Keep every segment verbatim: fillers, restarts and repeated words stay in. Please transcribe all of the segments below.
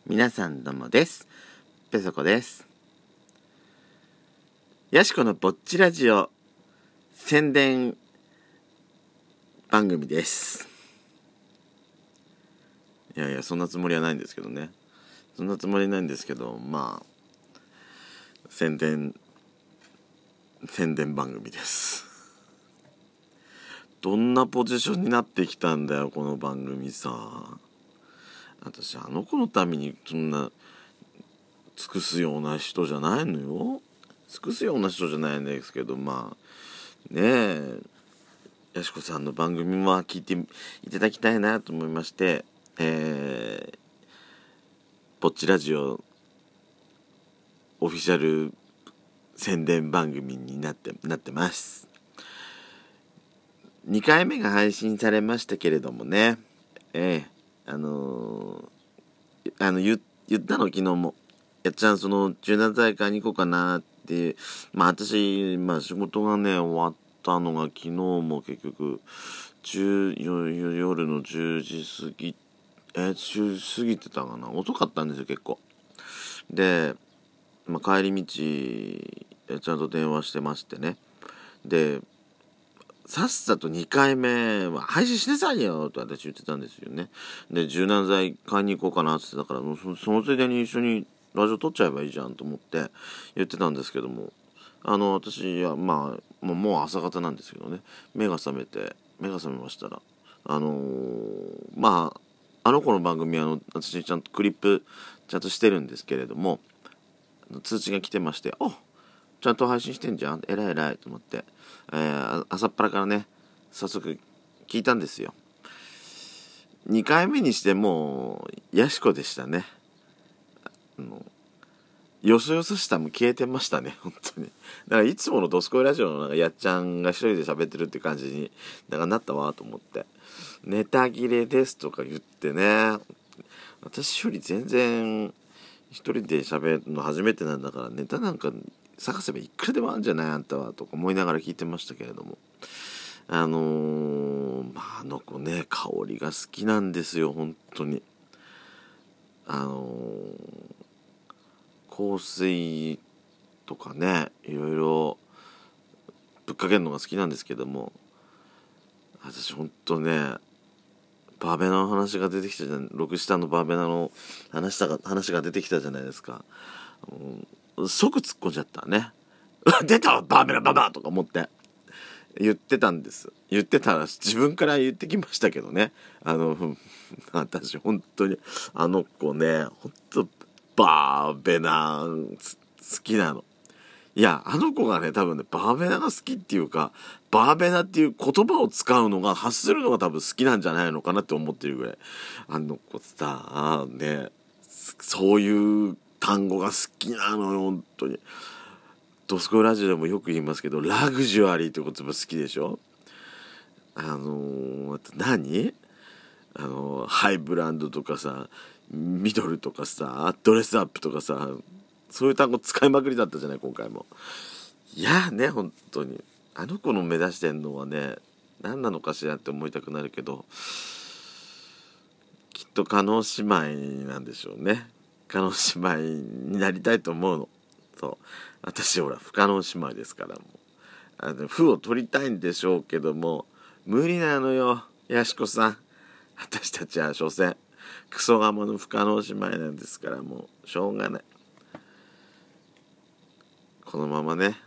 皆さんどうもです。ペソコです。ヤシコのぼっちラジオ宣伝番組です。いやいや、そんなつもりはないんですけどね。そんなつもりないんですけど、まあ宣伝宣伝番組です。どんなポジションになってきたんだよこの番組さ。私あの子のためにそんな尽くすような人じゃないのよ。尽くすような人じゃないんですけど、まあねえ、やしこさんの番組は聞いていただきたいなと思いまして、えー、ぼっちラジオオフィシャル宣伝番組になってなってます。にかいめが配信されましたけれどもね、えー、あのー、あの 言, 言ったの昨日も。やっちゃんそのじゅうなな大会に行こうかなっていう、まあ私、まあ仕事がね終わったのが昨日も結局じゅう夜のじゅうじ過ぎえじゅう過ぎてたかな。遅かったんですよ結構で、まあ、帰り道やっちゃんと電話してましてね。でさっさとにかいめは配信しなさいよと私言ってたんですよね。でじゅうななだい買いに行こうかなって言ってたから、そ, そのついでに一緒にラジオ撮っちゃえばいいじゃんと思って言ってたんですけども、あの私はまあもう朝方なんですけどね、目が覚めて目が覚めましたら、あのー、まああの子の番組はあの私ちゃんとクリップちゃんとしてるんですけれども、通知が来てまして、おちゃんと配信してんじゃん、えらいえらいと思って、えー、朝っぱらからね早速聞いたんですよ。にかいめにしてもやしこでしたね。あのよそよそしさも消えてましたね本当に。だからいつものドスコイラジオのなんかやっちゃんが一人で喋ってるって感じになんかなったわと思って、ネタ切れですとか言ってね、私より全然一人で喋るの初めてなんだから、ネタなんか探せばいくらでもあるんじゃないあんたはとか思いながら聞いてましたけれども、あのー、まああの子ね香りが好きなんですよ本当に。あのー、香水とかねいろいろぶっかけるのが好きなんですけども、私本当ねバーベナの話が出てきたじゃん、ロクシタのバーベナの話が話が出てきたじゃないですか。即突っ込んじゃったね出たバーベナババアとか思って言ってたんです。言ってたら自分から言ってきましたけどね。あの私本当にあの子ね本当バーベナ好きなの。いやあの子がね多分ねバーベナが好きっていうか、バーベナっていう言葉を使うのが発するのが多分好きなんじゃないのかなって思ってるぐらい、あの子さねそういう単語が好きなのよ本当に。ドスコイラジオでもよく言いますけどラグジュアリーって言葉好きでしょ。あのー、あと何あのー、ハイブランドとかさミドルとかさドレスアップとかさ、そういう単語使いまくりだったじゃない今回も。いやね本当にあの子の目指してんのはね何なのかしらって思いたくなるけど、きっと叶姉妹なんでしょうね。叶姉妹になりたいと思うの。そう私ほら不可能姉妹ですから、もうあの負を取りたいんでしょうけども無理なのよやしこさん。私たちは所詮クソガモの不可能姉妹なんですから、もうしょうがない。このままね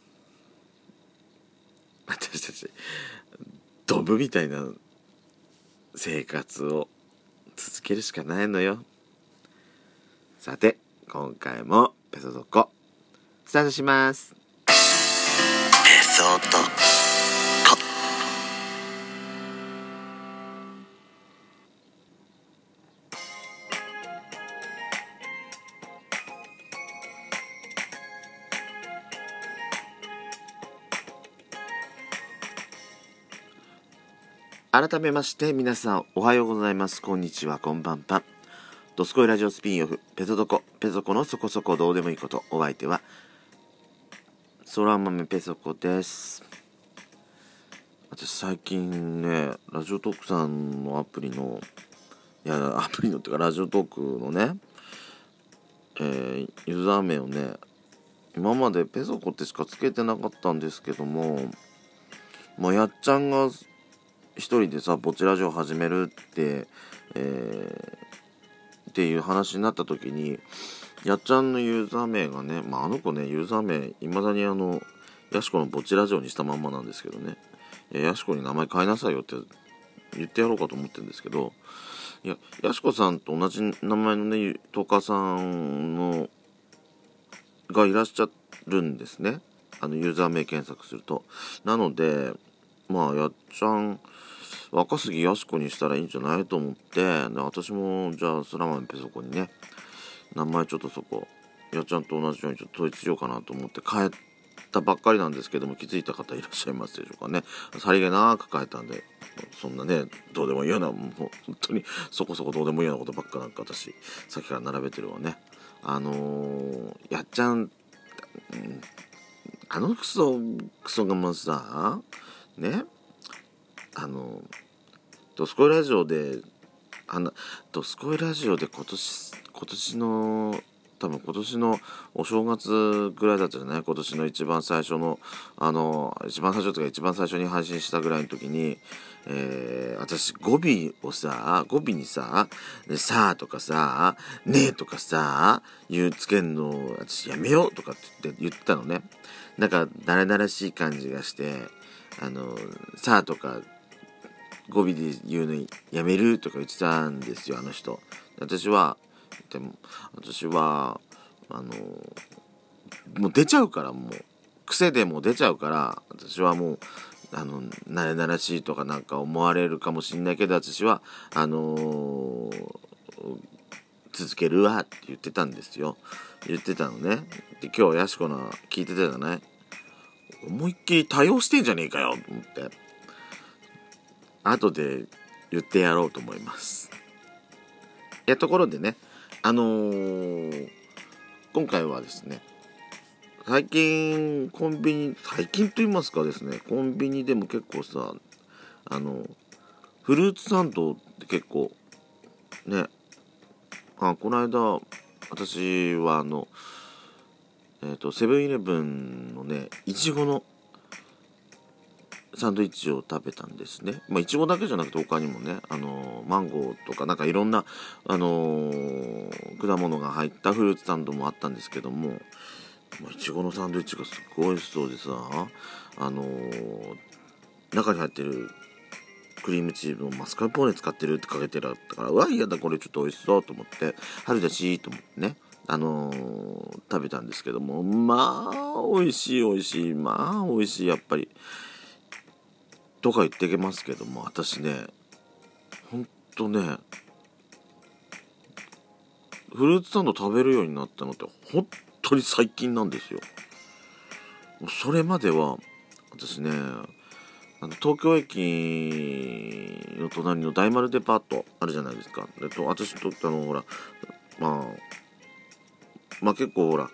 私たちドブみたいな生活を続けるしかないのよ。さて今回もペソドコスタートします。ペソドコ改めまして皆さんおはようございます、こんにちは、こんばんぱ。ドスコイラジオスピンオフペソドコペソコのそこそこどうでもいいこと、お相手はそら豆ペソコです。私最近ねラジオトークさんのアプリのいやアプリのっていうかラジオトークのねえー、ユーザー名をね、今までペソコってしかつけてなかったんですけども、まあ、やっちゃんが一人でさぼちラジオ始めるって、えー、っていう話になった時に、やっちゃんのユーザー名がね、まあ、あの子ねユーザー名いまだにあのやしこのぼちラジオにしたまんまなんですけどね、やしこに名前変えなさいよって言ってやろうかと思ってるんですけど、いややしこさんと同じ名前のねトーカーさんのがいらっしゃるんですね、あのユーザー名検索すると。なのでまあやっちゃん若杉やしこにしたらいいんじゃないと思って、で私もじゃあスラマンペソコにね名前ちょっとそこやっちゃんと同じようにちょっと統一しようかなと思って変えたばっかりなんですけども、気づいた方いらっしゃいますでしょうかね。さりげなく変えたんで、そんなねどうでもいいような、もう本当にそこそこどうでもいいようなことばっかなんか私さっきから並べてるわね。あのー、やっちゃん、うん、あのクソクソがまさね、あのドスコイラジオであのドスコイラジオで今年今年の多分今年のお正月ぐらいだったじゃない、今年の一番最初のあの一番最初とか一番最初に配信したぐらいの時に、えー、私語尾をさ語尾にさ「さあ」とかさ「ねえ」とかさ言うつけんの私やめようとかって言って言ってたのね。なんかだらだらしい感じがして、あのさあとか語尾で言うのやめるとか言ってたんですよ、あの人。私はでも私はあのもう出ちゃうから、もう癖でも出ちゃうから、私はもうあの慣れ慣らしいとかなんか思われるかもしんないけど、私はあのー、続けるわって言ってたんですよ。言ってたのね。で今日やしこの聞いてたじゃない、思いっきり多用してんじゃねえかよと思って、後で言ってやろうと思います。いやところでね、あのー、今回はですね、最近コンビニ最近と言いますかですね、コンビニでも結構さ、あのフルーツサンドって結構ね、あこの間私はあのえっとセブンイレブンのねいちごのサンドイッチを食べたんですね。まあいちごだけじゃなくて他にもね、あのー、マンゴーとかなんかいろんな、あのー、果物が入ったフルーツサンドもあったんですけども、いちごのサンドイッチがすっごい美味しそうでさ、あのー、中に入ってるクリームチーズをマスカルポーネ使ってるってかけてるから、うわいやだこれちょっと美味しそうと思って、春だしと思ってね、あのー、食べたんですけども、まあ美味しい美味しいまあ美味しいやっぱりとか言ってきますけども、私ねほんとねフルーツサンド食べるようになったのって本当に最近なんですよ。それまでは私ね、あの東京駅の隣の大丸デパートあるじゃないですか。えっと私とあのほらまあまあ結構ほら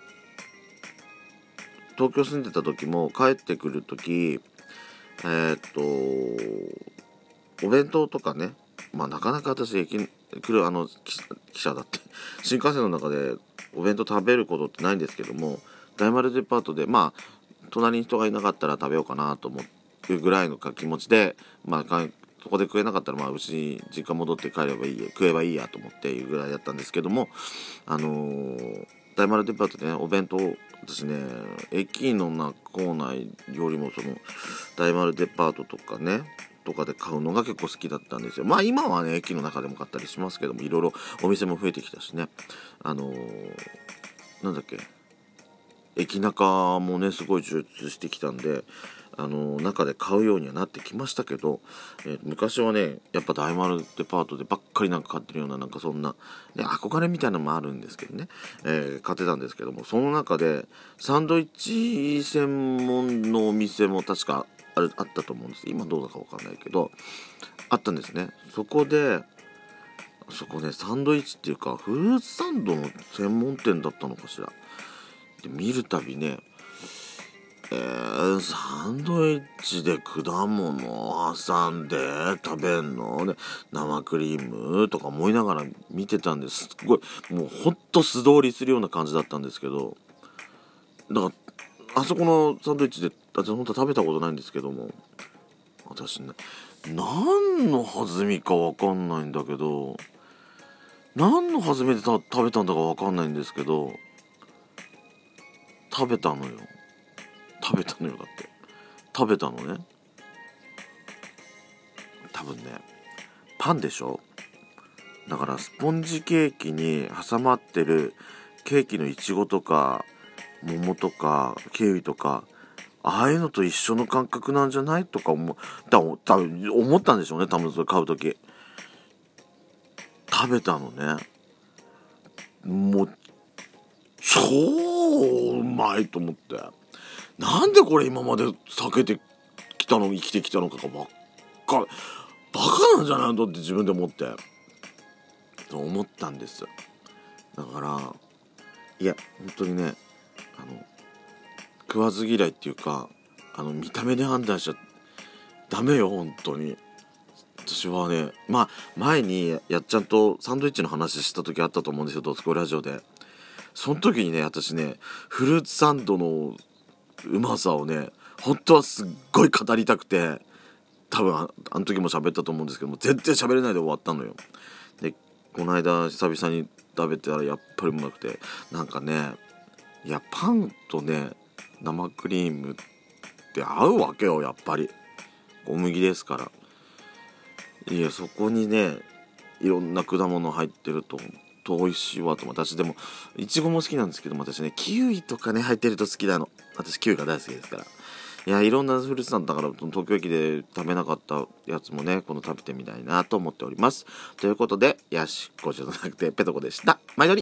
東京住んでた時も帰ってくる時えー、っとお弁当とかね、まあなかなか私駅来るあの記者だって新幹線の中でお弁当食べることってないんですけども、大丸デパートでまあ隣に人がいなかったら食べようかなと思うぐらいの気持ちで、まあそこで食えなかったらまあうちに実家戻って帰ればいい食えばいいやと思っていうぐらいだったんですけども、あのー、大丸デパートでねお弁当私ね駅のな構内よりもその大丸デパートとかねとかで買うのが結構好きだったんですよ。まあ今はね駅の中でも買ったりしますけども、いろいろお店も増えてきたしね、あのー、なんだっけ駅中もねすごい充実してきたんで、あのー、中で買うようにはなってきましたけど、えー、昔はねやっぱ大丸デパートでばっかりなんか買ってるようななんかそんな、ね、憧れみたいなのもあるんですけどね、えー、買ってたんですけども、その中でサンドイッチ専門のお店も確かあるあったと思うんです。今どうだかわかんないけどあったんですね。そこでそこねサンドイッチっていうかフルーツサンドの専門店だったのかしら。で見るたびねえー、サンドイッチで果物挟んで食べんので、生クリームとか思いながら見てたんです。すごいもうほんと素通りするような感じだったんですけど、だからあそこのサンドイッチで私本当は食べたことないんですけども、私ね何の弾みか分かんないんだけど、何の弾みでた食べたんだか分かんないんですけど、食べたのよ食べたのよだって食べたのね。多分ねパンでしょ。だからスポンジケーキに挟まってるケーキのいちごとか桃とかキウイとか、ああいうのと一緒の感覚なんじゃないとか思った多分思ったんでしょうね。多分それ買う時食べたのね。もう超うまいと思って、なんでこれ今まで避けてきたの生きてきたのかがばっかバカなんじゃないのって自分で思ってそう思ったんです。だからいや本当にね、あの食わず嫌いっていうか、あの見た目で判断しちゃダメよ本当に。私はね、まあ前にやっちゃんとサンドイッチの話した時あったと思うんですよ、ドスコイラジオで。その時にね私ねフルーツサンドのうまさをね本当はすっごい語りたくて、多分 あ, あの時も喋ったと思うんですけども、全然喋れないで終わったのよ。でこの間久々に食べたらやっぱりうまくて、なんかね、いやパンとね生クリームって合うわけよ、やっぱり小麦ですから。いやそこにねいろんな果物入ってるとと美味しいわと。私でもいちごも好きなんですけども、私ねキウイとかね入ってると好きなの。私キウイが大好きですから。いやいろんなフルーツなんだから、東京駅で食べなかったやつもね今度食べてみたいなと思っております。ということで、やしこじゃなくてペトコでした。毎度に